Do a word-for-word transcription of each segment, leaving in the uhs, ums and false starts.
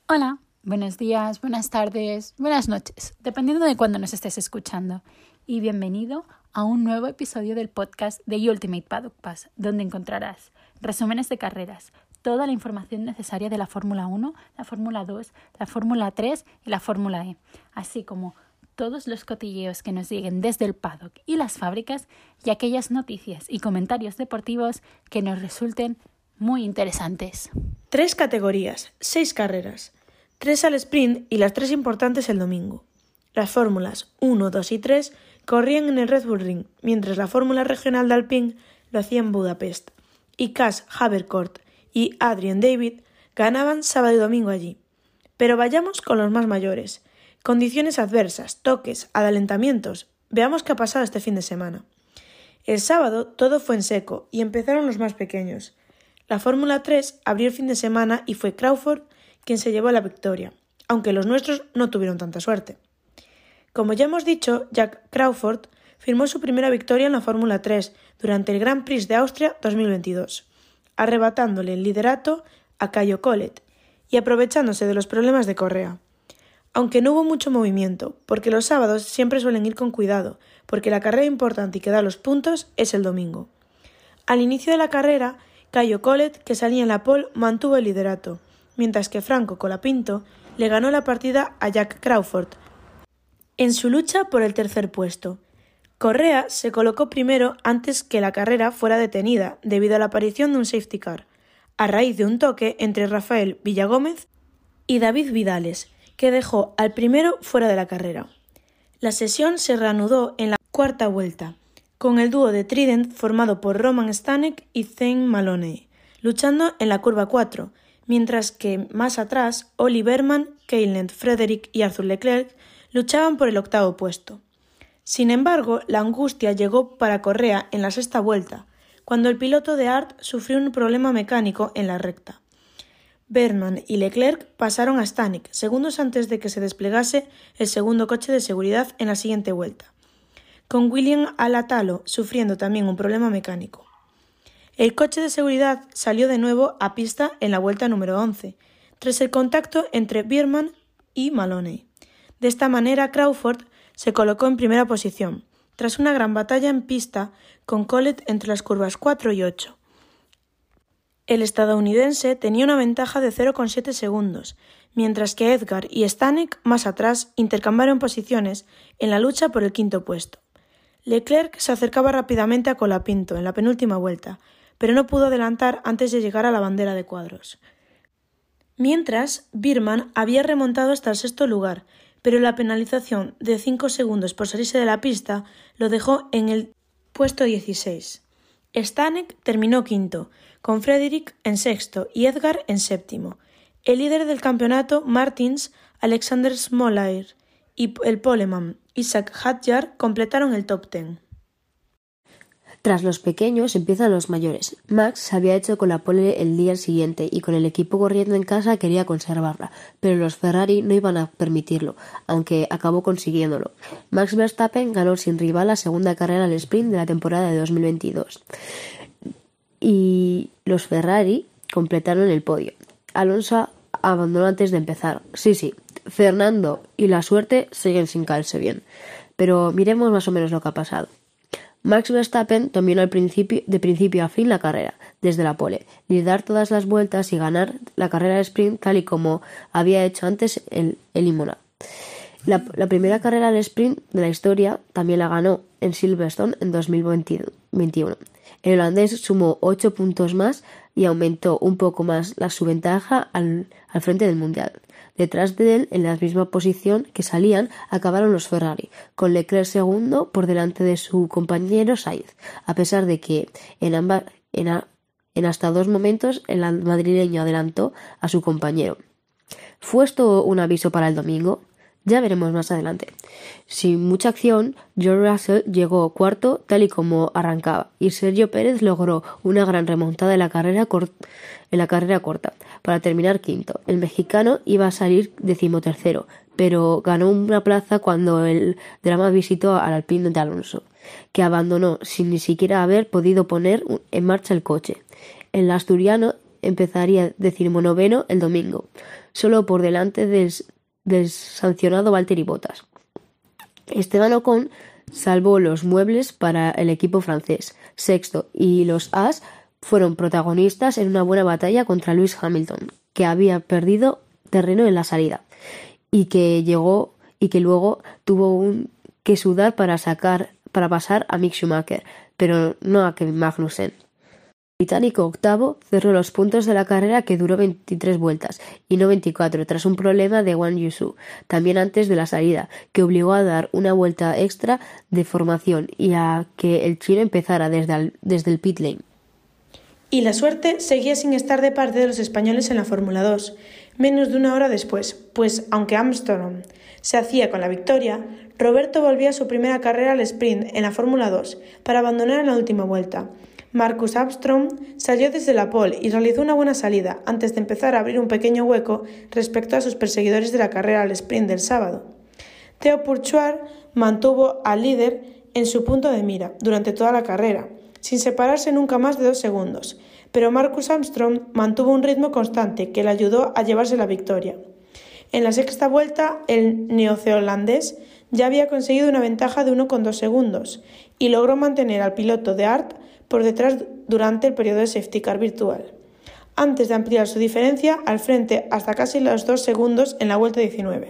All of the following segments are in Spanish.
Hola, buenos días, buenas tardes, buenas noches, dependiendo de cuándo nos estés escuchando. Y bienvenido a un nuevo episodio del podcast de Ultimate Paddock Pass, donde encontrarás resúmenes de carreras, toda la información necesaria de la Fórmula uno, la Fórmula dos, la Fórmula tres y la Fórmula E, así como todos los cotilleos que nos lleguen desde el paddock y las fábricas y aquellas noticias y comentarios deportivos que nos resulten muy interesantes. Tres categorías, seis carreras, tres al sprint y las tres importantes el domingo. Las fórmulas uno, dos y tres corrían en el Red Bull Ring, mientras la fórmula regional de Alpine lo hacía en Budapest, y Cash Havercourt y Adrian David ganaban sábado y domingo allí. Pero vayamos con los más mayores. Condiciones adversas, toques, adelantamientos. Veamos qué ha pasado este fin de semana. El sábado todo fue en seco y empezaron los más pequeños. La Fórmula tres abrió el fin de semana y fue Crawford quien se llevó la victoria, aunque los nuestros no tuvieron tanta suerte. Como ya hemos dicho, Jack Crawford firmó su primera victoria en la Fórmula tres durante el Grand Prix de Austria dos mil veintidós, arrebatándole el liderato a Caio Collet y aprovechándose de los problemas de correa. Aunque no hubo mucho movimiento, porque los sábados siempre suelen ir con cuidado, porque la carrera importante y que da los puntos es el domingo. Al inicio de la carrera, Caio Collet, que salía en la pole, mantuvo el liderato, mientras que Franco Colapinto le ganó la partida a Jack Crawford en su lucha por el tercer puesto. Correa se colocó primero antes que la carrera fuera detenida debido a la aparición de un safety car, a raíz de un toque entre Rafael Villagómez y David Vidales, que dejó al primero fuera de la carrera. La sesión se reanudó en la cuarta vuelta, con el dúo de Trident formado por Roman Stanek y Zane Maloney, luchando en la curva cuatro, mientras que más atrás Ollie Bearman, Kaylen Frederick y Arthur Leclerc luchaban por el octavo puesto. Sin embargo, la angustia llegó para Correa en la sexta vuelta, cuando el piloto de Art sufrió un problema mecánico en la recta. Bearman y Leclerc pasaron a Stanek segundos antes de que se desplegase el segundo coche de seguridad en la siguiente vuelta, con William Alatalo sufriendo también un problema mecánico. El coche de seguridad salió de nuevo a pista en la vuelta número once, tras el contacto entre Bearman y Maloney. De esta manera, Crawford se colocó en primera posición, tras una gran batalla en pista con Collet entre las curvas cuatro y ocho. El estadounidense tenía una ventaja de cero coma siete segundos, mientras que Edgar y Stanek, más atrás, intercambiaron posiciones en la lucha por el quinto puesto. Leclerc se acercaba rápidamente a Colapinto en la penúltima vuelta, pero no pudo adelantar antes de llegar a la bandera de cuadros. Mientras, Bearman había remontado hasta el sexto lugar, pero la penalización de cinco segundos por salirse de la pista lo dejó en el puesto dieciséis. Stanek terminó quinto, con Frederick en sexto y Edgar en séptimo. El líder del campeonato, Martins, Alexander Smollair y el poleman Isaac Hadjar completaron el top ten. Tras los pequeños empiezan los mayores. Max se había hecho con la pole el día siguiente y con el equipo corriendo en casa quería conservarla, pero los Ferrari no iban a permitirlo, aunque acabó consiguiéndolo. Max Verstappen ganó sin rival la segunda carrera al sprint de la temporada de dos mil veintidós y los Ferrari completaron el podio. Alonso abandonó antes de empezar. Sí, sí, Fernando y la suerte siguen sin caerse bien, pero miremos más o menos lo que ha pasado. Max Verstappen dominó al principio, de principio a fin la carrera, desde la pole, liderar todas las vueltas y ganar la carrera de sprint tal y como había hecho antes el, el Imola. La, la primera carrera de sprint de la historia también la ganó en Silverstone en dos mil veintiuno. El holandés sumó ocho puntos más y aumentó un poco más la, su ventaja al, al frente del mundial. Detrás de él, en la misma posición que salían, acabaron los Ferrari, con Leclerc segundo por delante de su compañero Sainz, a pesar de que en, ambas, en, a, en hasta dos momentos el madrileño adelantó a su compañero. ¿Fue esto un aviso para el domingo? Ya veremos más adelante. Sin mucha acción, George Russell llegó cuarto tal y como arrancaba y Sergio Pérez logró una gran remontada en la carrera, cort- en la carrera corta para terminar quinto. El mexicano iba a salir decimotercero, pero ganó una plaza cuando el drama visitó al Alpine de Alonso, que abandonó sin ni siquiera haber podido poner en marcha el coche. El asturiano empezaría decimonoveno el domingo, solo por delante del, del sancionado Valtteri Bottas. Esteban Ocon salvó los muebles para el equipo francés, sexto, y los Haas fueron protagonistas en una buena batalla contra Lewis Hamilton, que había perdido terreno en la salida y que llegó y que luego tuvo un, que sudar para sacar para pasar a Mick Schumacher, pero no a Kevin Magnussen. El británico octavo cerró los puntos de la carrera, que duró veintitrés vueltas y no veinticuatro, tras un problema de Wang Yusu, también antes de la salida, que obligó a dar una vuelta extra de formación y a que el chino empezara desde el, desde el pit lane. Y la suerte seguía sin estar de parte de los españoles en la Fórmula dos, menos de una hora después, pues aunque Armstrong se hacía con la victoria, Roberto volvía a su primera carrera al sprint en la Fórmula dos para abandonar en la última vuelta. Marcus Armstrong salió desde la pole y realizó una buena salida antes de empezar a abrir un pequeño hueco respecto a sus perseguidores de la carrera al sprint del sábado. Theo Pourchaire mantuvo al líder en su punto de mira durante toda la carrera, sin separarse nunca más de dos segundos, pero Marcus Armstrong mantuvo un ritmo constante que le ayudó a llevarse la victoria. En la sexta vuelta, el neozelandés ya había conseguido una ventaja de uno coma dos segundos y logró mantener al piloto de A R T por detrás durante el periodo de safety car virtual, antes de ampliar su diferencia al frente hasta casi los dos segundos en la vuelta diecinueve.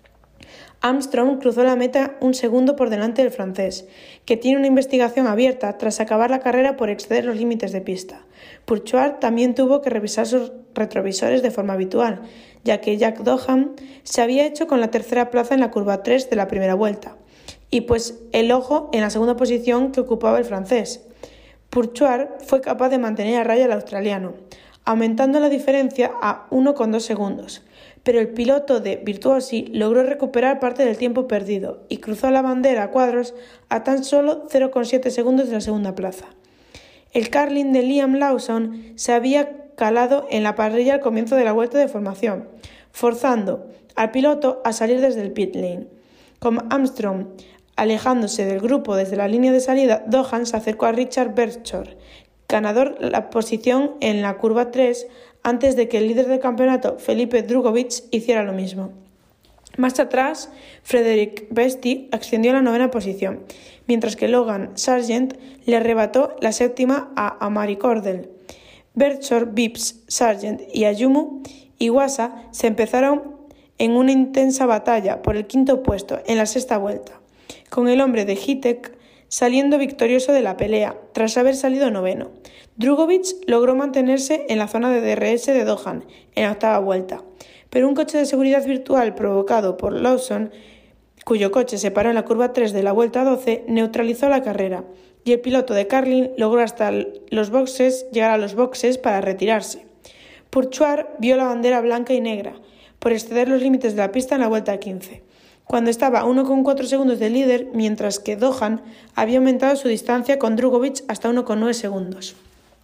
Armstrong cruzó la meta un segundo por delante del francés, que tiene una investigación abierta tras acabar la carrera por exceder los límites de pista. Pourchaire también tuvo que revisar sus retrovisores de forma habitual, ya que Jack Doohan se había hecho con la tercera plaza en la curva tres de la primera vuelta, y pues el ojo en la segunda posición que ocupaba el francés. Pourchaire fue capaz de mantener a raya al australiano, aumentando la diferencia a uno coma dos segundos, pero el piloto de Virtuosi logró recuperar parte del tiempo perdido y cruzó la bandera a cuadros a tan solo cero coma siete segundos de la segunda plaza. El Carlin de Liam Lawson se había calado en la parrilla al comienzo de la vuelta de formación, forzando al piloto a salir desde el pit lane. Con Armstrong alejándose del grupo desde la línea de salida, Doohan se acercó a Richard Bergshore, ganador la posición en la curva tres, antes de que el líder del campeonato, Felipe Drugovich, hiciera lo mismo. Más atrás, Frederick Besti ascendió a la novena posición, mientras que Logan Sargent le arrebató la séptima a Amari Cordell. Bergshore, Vips, Sargent y Ayumu Iwasa se empezaron en una intensa batalla por el quinto puesto en la sexta vuelta, con el hombre de Hitech saliendo victorioso de la pelea tras haber salido noveno. Drugovich logró mantenerse en la zona de D R S de Doohan en la octava vuelta, pero un coche de seguridad virtual provocado por Lawson, cuyo coche se paró en la curva tres de la vuelta doce, neutralizó la carrera, y el piloto de Carlin logró hasta los boxes llegar a los boxes para retirarse. Pourchaire vio la bandera blanca y negra por exceder los límites de la pista en la vuelta quince, cuando estaba a uno coma cuatro segundos del líder, mientras que Doohan había aumentado su distancia con Drugovich hasta uno coma nueve segundos.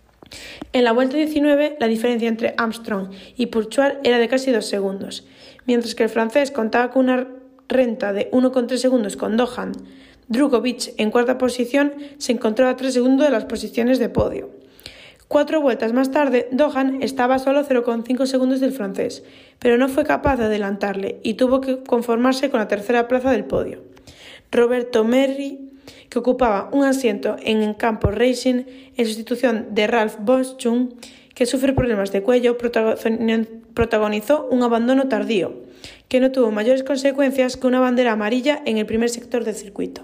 En la vuelta diecinueve, la diferencia entre Armstrong y Pourchaire era de casi dos segundos, mientras que el francés contaba con una renta de uno coma tres segundos con Doohan. Drugovich, en cuarta posición, se encontró a tres segundos de las posiciones de podio. Cuatro vueltas más tarde, Doohan estaba a solo cero coma cinco segundos del francés, pero no fue capaz de adelantarle y tuvo que conformarse con la tercera plaza del podio. Roberto Merhi, que ocupaba un asiento en Campo Racing en sustitución de Ralph Boschung, que sufre problemas de cuello, protagonizó un abandono tardío, que no tuvo mayores consecuencias que una bandera amarilla en el primer sector del circuito.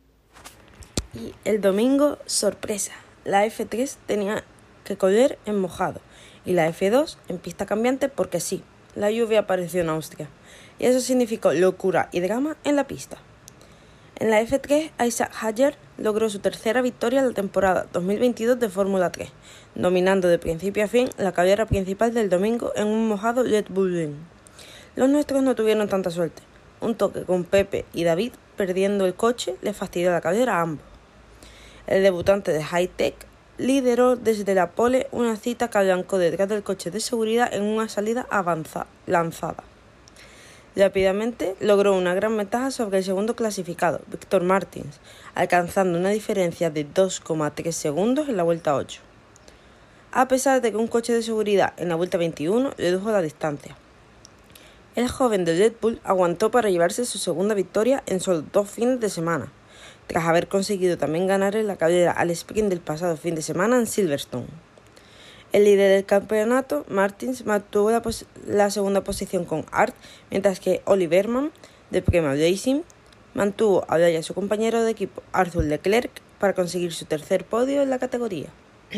Y el domingo, sorpresa, la F tres tenía que correr en mojado y la F dos en pista cambiante porque sí, la lluvia apareció en Austria y eso significó locura y drama en la pista. En la F tres, Isaac Hadjar logró su tercera victoria de la temporada dos mil veintidós de Fórmula tres, dominando de principio a fin la carrera principal del domingo en un mojado Red Bull Ring. Los nuestros no tuvieron tanta suerte. Un toque con Pepe y David perdiendo el coche le fastidió la carrera a ambos. El debutante de Hightech lideró desde la pole una cita que arrancó detrás del coche de seguridad en una salida avanza, lanzada. Rápidamente logró una gran ventaja sobre el segundo clasificado, Víctor Martins, alcanzando una diferencia de dos coma tres segundos en la vuelta ocho. a pesar de que un coche de seguridad en la vuelta veintiuno redujo la distancia. El joven de Red Bull aguantó para llevarse su segunda victoria en solo dos fines de semana, tras haber conseguido también ganar en la carrera al sprint del pasado fin de semana en Silverstone. El líder del campeonato, Martins, mantuvo la, pos- la segunda posición con Art, mientras que Oliver Mann, de Prema Racing, mantuvo a Blaya a su compañero de equipo, Arthur Leclerc, para conseguir su tercer podio en la categoría.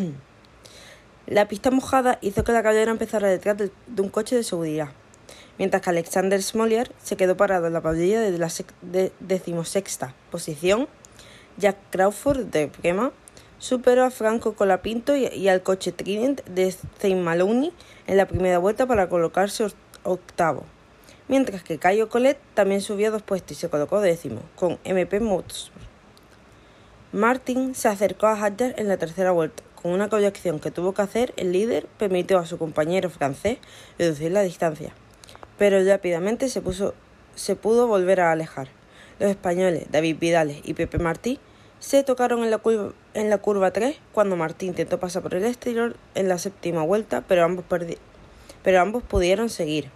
La pista mojada hizo que la carrera empezara detrás de, de un coche de seguridad, mientras que Alexander Smoliar se quedó parado en la parrilla desde la sec- de decimosexta posición. Jack Crawford, de Prema, superó a Franco Colapinto y, y al coche Trident de Zane Maloney en la primera vuelta para colocarse octavo, mientras que Caio Collet también subió dos puestos y se colocó décimo, con M P Motorsport. Martin se acercó a Hadjar en la tercera vuelta. Con una corrección que tuvo que hacer, el líder permitió a su compañero francés reducir la distancia, pero rápidamente se, puso, se pudo volver a alejar. Los españoles David Vidales y Pepe Martí se tocaron en la, curva, en la curva tres cuando Martí intentó pasar por el exterior en la séptima vuelta, pero ambos, perdi- pero ambos pudieron seguir.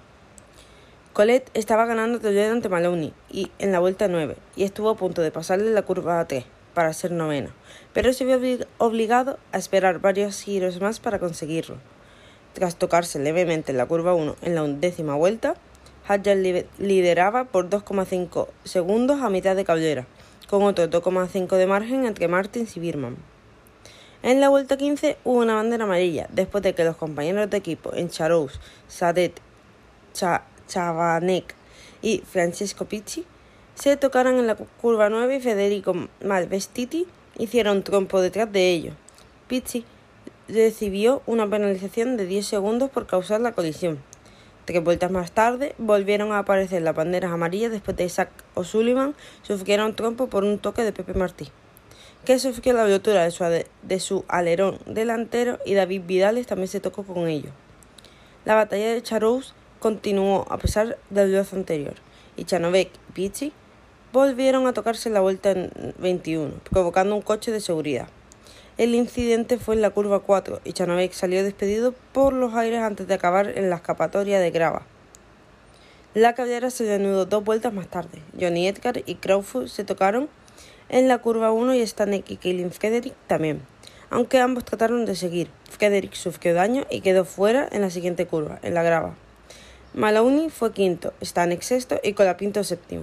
Collet estaba ganando tercero ante Maloney y en la vuelta nueve y estuvo a punto de pasarle la curva tres para ser noveno, pero se vio oblig- obligado a esperar varios giros más para conseguirlo. Tras tocarse levemente en la curva uno en la undécima vuelta, Hadjar li- lideraba por dos coma cinco segundos a mitad de carrera, con otro dos coma cinco de margen entre Martins y Birman. En la vuelta quince hubo una bandera amarilla, después de que los compañeros de equipo en Charous, Sadet, Cha- Chavanek y Francesco Picci se tocaran en la curva nueve y Federico Malvestiti hicieron trompo detrás de ellos. Picci recibió una penalización de diez segundos por causar la colisión. Tres vueltas más tarde volvieron a aparecer las banderas amarillas después de que Zach O'Sullivan sufriera un trompo por un toque de Pepe Martí, que sufrió la rotura de su, de su alerón delantero, y David Vidales también se tocó con ello. La batalla de Charous continuó a pesar del roce anterior, y Chanovek y Picci volvieron a tocarse en la vuelta veintiuno, provocando un coche de seguridad. El incidente fue en la curva cuatro y Chanovek salió despedido por los aires antes de acabar en la escapatoria de grava. La carrera se reanudó dos vueltas más tarde. Johnny Edgar y Crawford se tocaron en la curva uno y Stanek y Kaylin Frederick también, aunque ambos trataron de seguir. Frederick sufrió daño y quedó fuera en la siguiente curva, en la grava. Maloney fue quinto, Stanek sexto y Colapinto séptimo.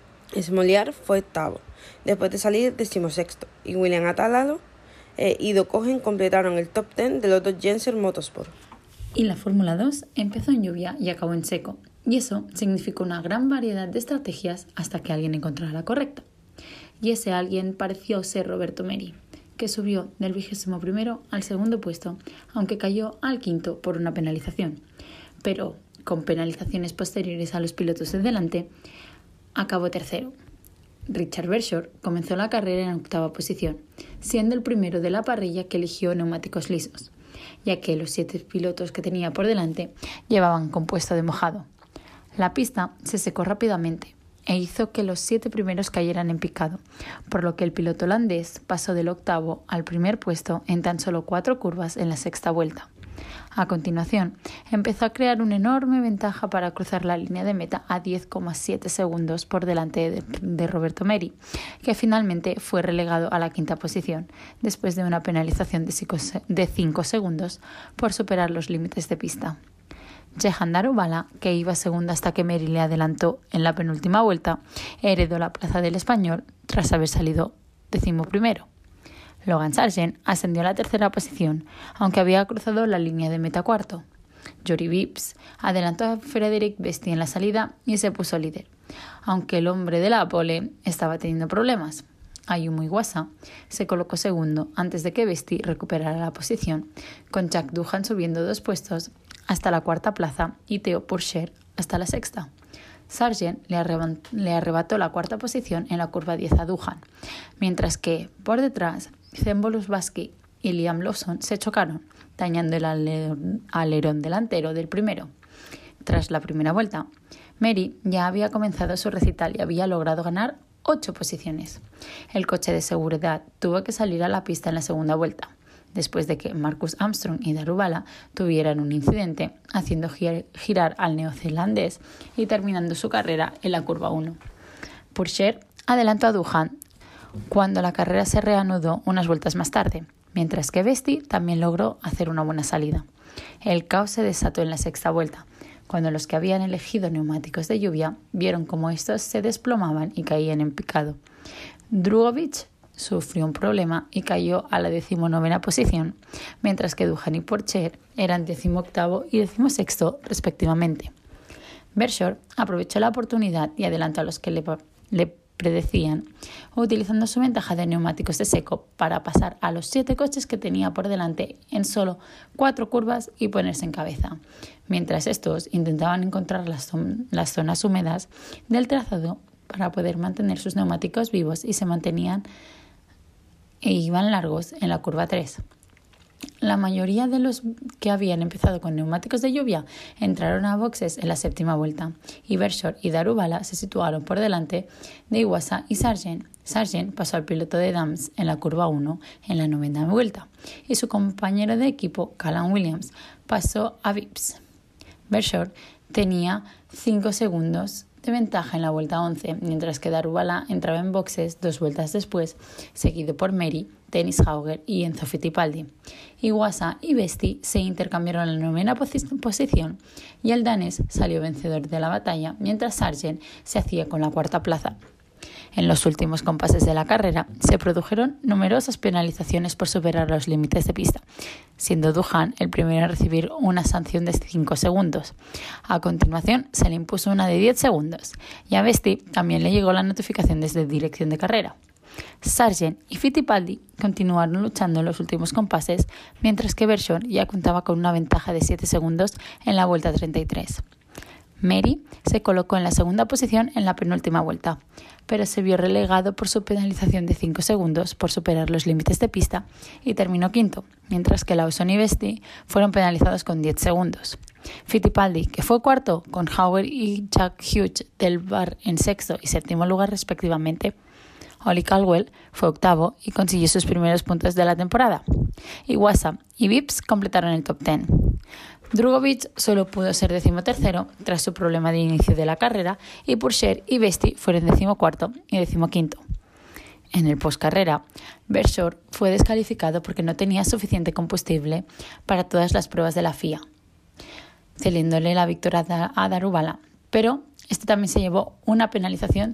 Smoliar fue octavo, después de salir decimosexto, y William Atalalo e Ido Cohen completaron el top diez del Otto Jenser Motorsport. Y la Fórmula dos empezó en lluvia y acabó en seco, y eso significó una gran variedad de estrategias hasta que alguien encontrara la correcta. Y ese alguien pareció ser Roberto Meri, que subió del vigésimo primero al segundo puesto, aunque cayó al quinto por una penalización. Pero, con penalizaciones posteriores a los pilotos de delante, acabó tercero. Richard Verschoor comenzó la carrera en octava posición, siendo el primero de la parrilla que eligió neumáticos lisos, ya que los siete pilotos que tenía por delante llevaban compuesto de mojado. La pista se secó rápidamente e hizo que los siete primeros cayeran en picado, por lo que el piloto holandés pasó del octavo al primer puesto en tan solo cuatro curvas en la sexta vuelta. A continuación, empezó a crear una enorme ventaja para cruzar la línea de meta a diez coma siete segundos por delante de, de Roberto Meri, que finalmente fue relegado a la quinta posición, después de una penalización de cinco segundos por superar los límites de pista. Jehan Darubala, que iba segunda hasta que Meri le adelantó en la penúltima vuelta, heredó la plaza del español tras haber salido decimoprimero. Logan Sargent ascendió a la tercera posición, aunque había cruzado la línea de meta cuarto. Jory Vips adelantó a Frederick Besti en la salida y se puso líder, aunque el hombre de la pole estaba teniendo problemas. Ayumu Iwasa se colocó segundo antes de que Besti recuperara la posición, con Jack Doohan subiendo dos puestos hasta la cuarta plaza y Theo Pourchaire hasta la sexta. Sargent le, arrebat- le arrebató la cuarta posición en la curva diez a Doohan, mientras que, por detrás, Zembolus Baski y Liam Lawson se chocaron, dañando el alerón, alerón delantero del primero. Tras la primera vuelta, Meri ya había comenzado su recital y había logrado ganar ocho posiciones. El coche de seguridad tuvo que salir a la pista en la segunda vuelta, después de que Marcus Armstrong y Daruvala tuvieran un incidente, haciendo gir- girar al neozelandés y terminando su carrera en la curva uno. Pourchaire adelantó a Doohan cuando la carrera se reanudó unas vueltas más tarde, mientras que Vesti también logró hacer una buena salida. El caos se desató en la sexta vuelta, cuando los que habían elegido neumáticos de lluvia vieron cómo estos se desplomaban y caían en picado. Drugovich sufrió un problema y cayó a la decimonovena posición, mientras que Doohan y Pourchaire eran decimoctavo y decimosexto respectivamente. Bershore aprovechó la oportunidad y adelantó a los que le, le predecían, utilizando su ventaja de neumáticos de seco para pasar a los siete coches que tenía por delante en solo cuatro curvas y ponerse en cabeza, mientras estos intentaban encontrar las, las zonas húmedas del trazado para poder mantener sus neumáticos vivos y se mantenían e iban largos en la curva tres. La mayoría de los que habían empezado con neumáticos de lluvia entraron a boxes en la séptima vuelta y Bershore y Daruvala se situaron por delante de Iwasa y Sargent. Sargent pasó al piloto de Dams en la curva uno en la novena vuelta y su compañero de equipo, Callan Williams, pasó a Vips. Bershore tenía cinco segundos de ventaja en la vuelta once, mientras que Daruvala entraba en boxes dos vueltas después, seguido por Meri, Dennis Hauger y Enzo Fittipaldi. Iwasa y Vesti se intercambiaron en la novena posi- posición y el danés salió vencedor de la batalla, mientras Sargent se hacía con la cuarta plaza. En los últimos compases de la carrera se produjeron numerosas penalizaciones por superar los límites de pista, siendo Doohan el primero en recibir una sanción de cinco segundos. A continuación se le impuso una de diez segundos y a Vesti también le llegó la notificación desde dirección de carrera. Sargent y Fittipaldi continuaron luchando en los últimos compases, mientras que Bershore ya contaba con una ventaja de siete segundos en la vuelta treinta y tres. Meri se colocó en la segunda posición en la penúltima vuelta, pero se vio relegado por su penalización de cinco segundos por superar los límites de pista y terminó quinto, mientras que Lawson y Vesti fueron penalizados con diez segundos. Fittipaldi, que fue cuarto, con Hauger y Jack Hughes del Bar en sexto y séptimo lugar respectivamente. Ollie Caldwell fue octavo y consiguió sus primeros puntos de la temporada. Iwasa y Vips completaron el top diez. Drugovich solo pudo ser decimotercero tras su problema de inicio de la carrera y Pourchaire y Vesti fueron decimocuarto y decimoquinto. En el postcarrera, Bershore fue descalificado porque no tenía suficiente combustible para todas las pruebas de la F I A, cediéndole la victoria a Daruvala, pero este también se llevó una penalización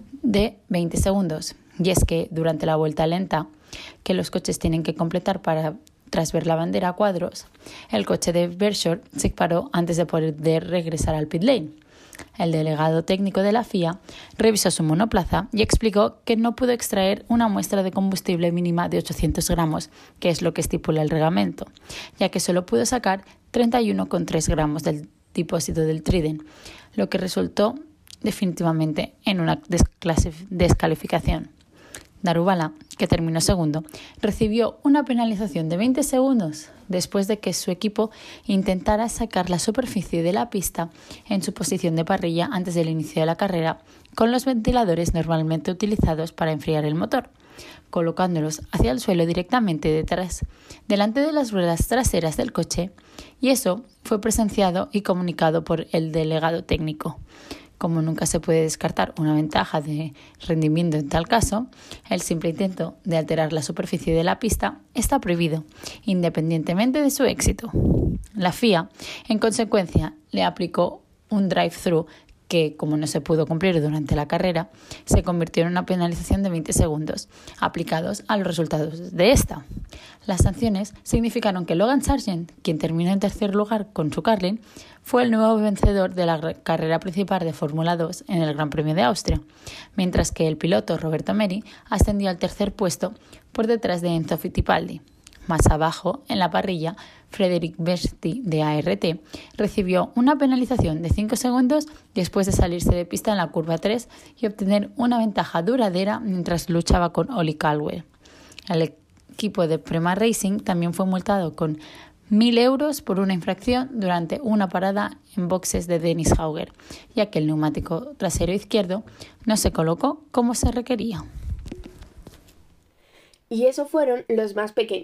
de veinte segundos, y es que durante la vuelta lenta que los coches tienen que completar para tras ver la bandera a cuadros, el coche de Bershore se paró antes de poder regresar al pit lane. El delegado técnico de la F I A revisó su monoplaza y explicó que no pudo extraer una muestra de combustible mínima de ochocientos gramos, que es lo que estipula el reglamento, ya que solo pudo sacar treinta y uno coma tres gramos del depósito del Trident, lo que resultó definitivamente en una descalificación. Daruvala, que terminó segundo, recibió una penalización de veinte segundos después de que su equipo intentara sacar la superficie de la pista en su posición de parrilla antes del inicio de la carrera, con los ventiladores normalmente utilizados para enfriar el motor, colocándolos hacia el suelo directamente detrás, delante de las ruedas traseras del coche, y eso fue presenciado y comunicado por el delegado técnico. Como nunca se puede descartar una ventaja de rendimiento en tal caso, el simple intento de alterar la superficie de la pista está prohibido, independientemente de su éxito. La F I A, en consecuencia, le aplicó un drive-thru que, como no se pudo cumplir durante la carrera, se convirtió en una penalización de veinte segundos, aplicados a los resultados de esta. Las sanciones significaron que Logan Sargent, quien terminó en tercer lugar con su Carlin, fue el nuevo vencedor de la carrera principal de Fórmula dos en el Gran Premio de Austria, mientras que el piloto Roberto Meri ascendió al tercer puesto por detrás de Enzo Fittipaldi. Más abajo, en la parrilla, Frederic Vesti de A R T recibió una penalización de cinco segundos después de salirse de pista en la curva tres y obtener una ventaja duradera mientras luchaba con Ollie Caldwell. El equipo de Prema Racing también fue multado con mil euros por una infracción durante una parada en boxes de Dennis Hauger, ya que el neumático trasero izquierdo no se colocó como se requería. Y eso fueron los más pequeños.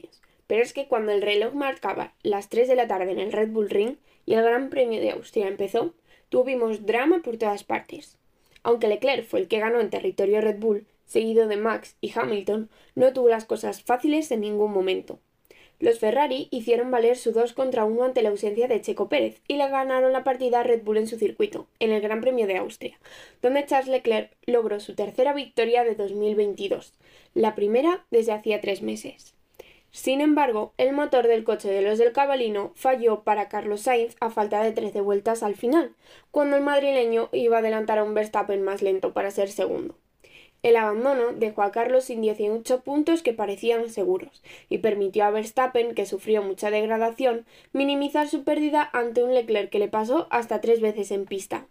pero es que cuando el reloj marcaba las tres de la tarde en el Red Bull Ring y el Gran Premio de Austria empezó, tuvimos drama por todas partes. Aunque Leclerc fue el que ganó en territorio Red Bull, seguido de Max y Hamilton, no tuvo las cosas fáciles en ningún momento. Los Ferrari hicieron valer su dos contra uno ante la ausencia de Checo Pérez y le ganaron la partida a Red Bull en su circuito, en el Gran Premio de Austria, donde Charles Leclerc logró su tercera victoria de dos mil veintidós, la primera desde hacía tres meses. Sin embargo, el motor del coche de los del Cabalino falló para Carlos Sainz a falta de trece vueltas al final, cuando el madrileño iba a adelantar a un Verstappen más lento para ser segundo. El abandono dejó a Carlos sin dieciocho puntos que parecían seguros y permitió a Verstappen, que sufrió mucha degradación, minimizar su pérdida ante un Leclerc que le pasó hasta tres veces en pista.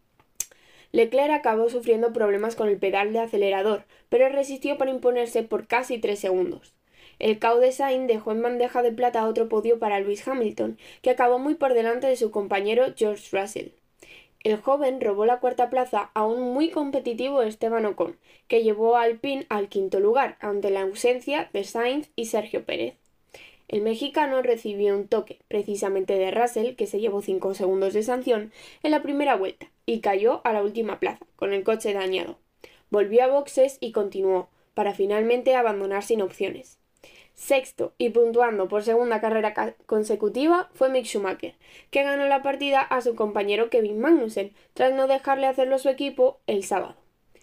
Leclerc acabó sufriendo problemas con el pedal de acelerador, pero resistió para imponerse por casi tres segundos. El caos de Sainz dejó en bandeja de plata otro podio para Lewis Hamilton, que acabó muy por delante de su compañero George Russell. El joven robó la cuarta plaza a un muy competitivo Esteban Ocon, que llevó a Alpine al quinto lugar, ante la ausencia de Sainz y Sergio Pérez. El mexicano recibió un toque, precisamente de Russell, que se llevó cinco segundos de sanción, en la primera vuelta, y cayó a la última plaza, con el coche dañado. Volvió a boxes y continuó, para finalmente abandonar sin opciones. Sexto y puntuando por segunda carrera consecutiva fue Mick Schumacher, que ganó la partida a su compañero Kevin Magnussen, tras no dejarle hacerlo a su equipo el sábado.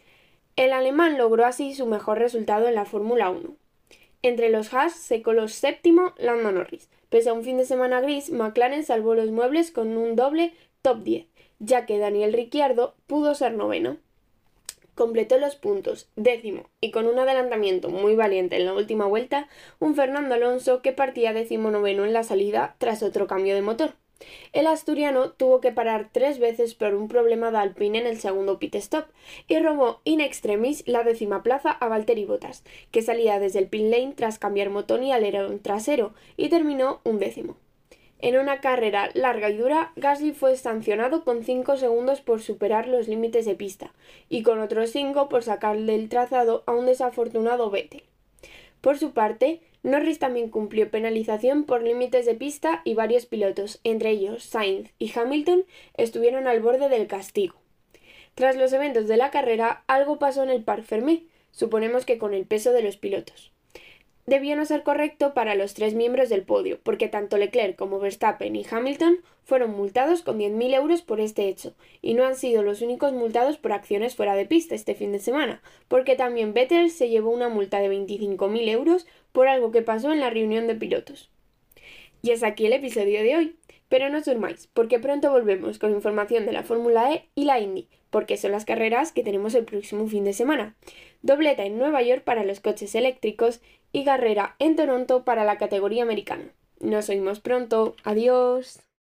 El alemán logró así su mejor resultado en la Fórmula uno. Entre los Haas se coló séptimo Lando Norris. Pese a un fin de semana gris, McLaren salvó los muebles con un doble top diez, ya que Daniel Ricciardo pudo ser noveno. Completó los puntos, décimo, y con un adelantamiento muy valiente en la última vuelta, un Fernando Alonso que partía decimonoveno en la salida tras otro cambio de motor. El asturiano tuvo que parar tres veces por un problema de Alpine en el segundo pit stop y robó in extremis la décima plaza a Valtteri Bottas, que salía desde el pit lane tras cambiar motor y alerón trasero y terminó un décimo. En una carrera larga y dura, Gasly fue sancionado con cinco segundos por superar los límites de pista y con otros cinco por sacar del trazado a un desafortunado Vettel. Por su parte, Norris también cumplió penalización por límites de pista y varios pilotos, entre ellos Sainz y Hamilton, estuvieron al borde del castigo. Tras los eventos de la carrera, algo pasó en el Parc Fermé, suponemos que con el peso de los pilotos. Debió no ser correcto para los tres miembros del podio, porque tanto Leclerc como Verstappen y Hamilton fueron multados con diez mil euros por este hecho, y no han sido los únicos multados por acciones fuera de pista este fin de semana, porque también Vettel se llevó una multa de veinticinco mil euros por algo que pasó en la reunión de pilotos. Y es aquí el episodio de hoy, pero no os durmáis, porque pronto volvemos con información de la Fórmula E y la Indy, porque son las carreras que tenemos el próximo fin de semana. Dobleta en Nueva York para los coches eléctricos y carrera en Toronto para la categoría americana. Nos oímos pronto. Adiós.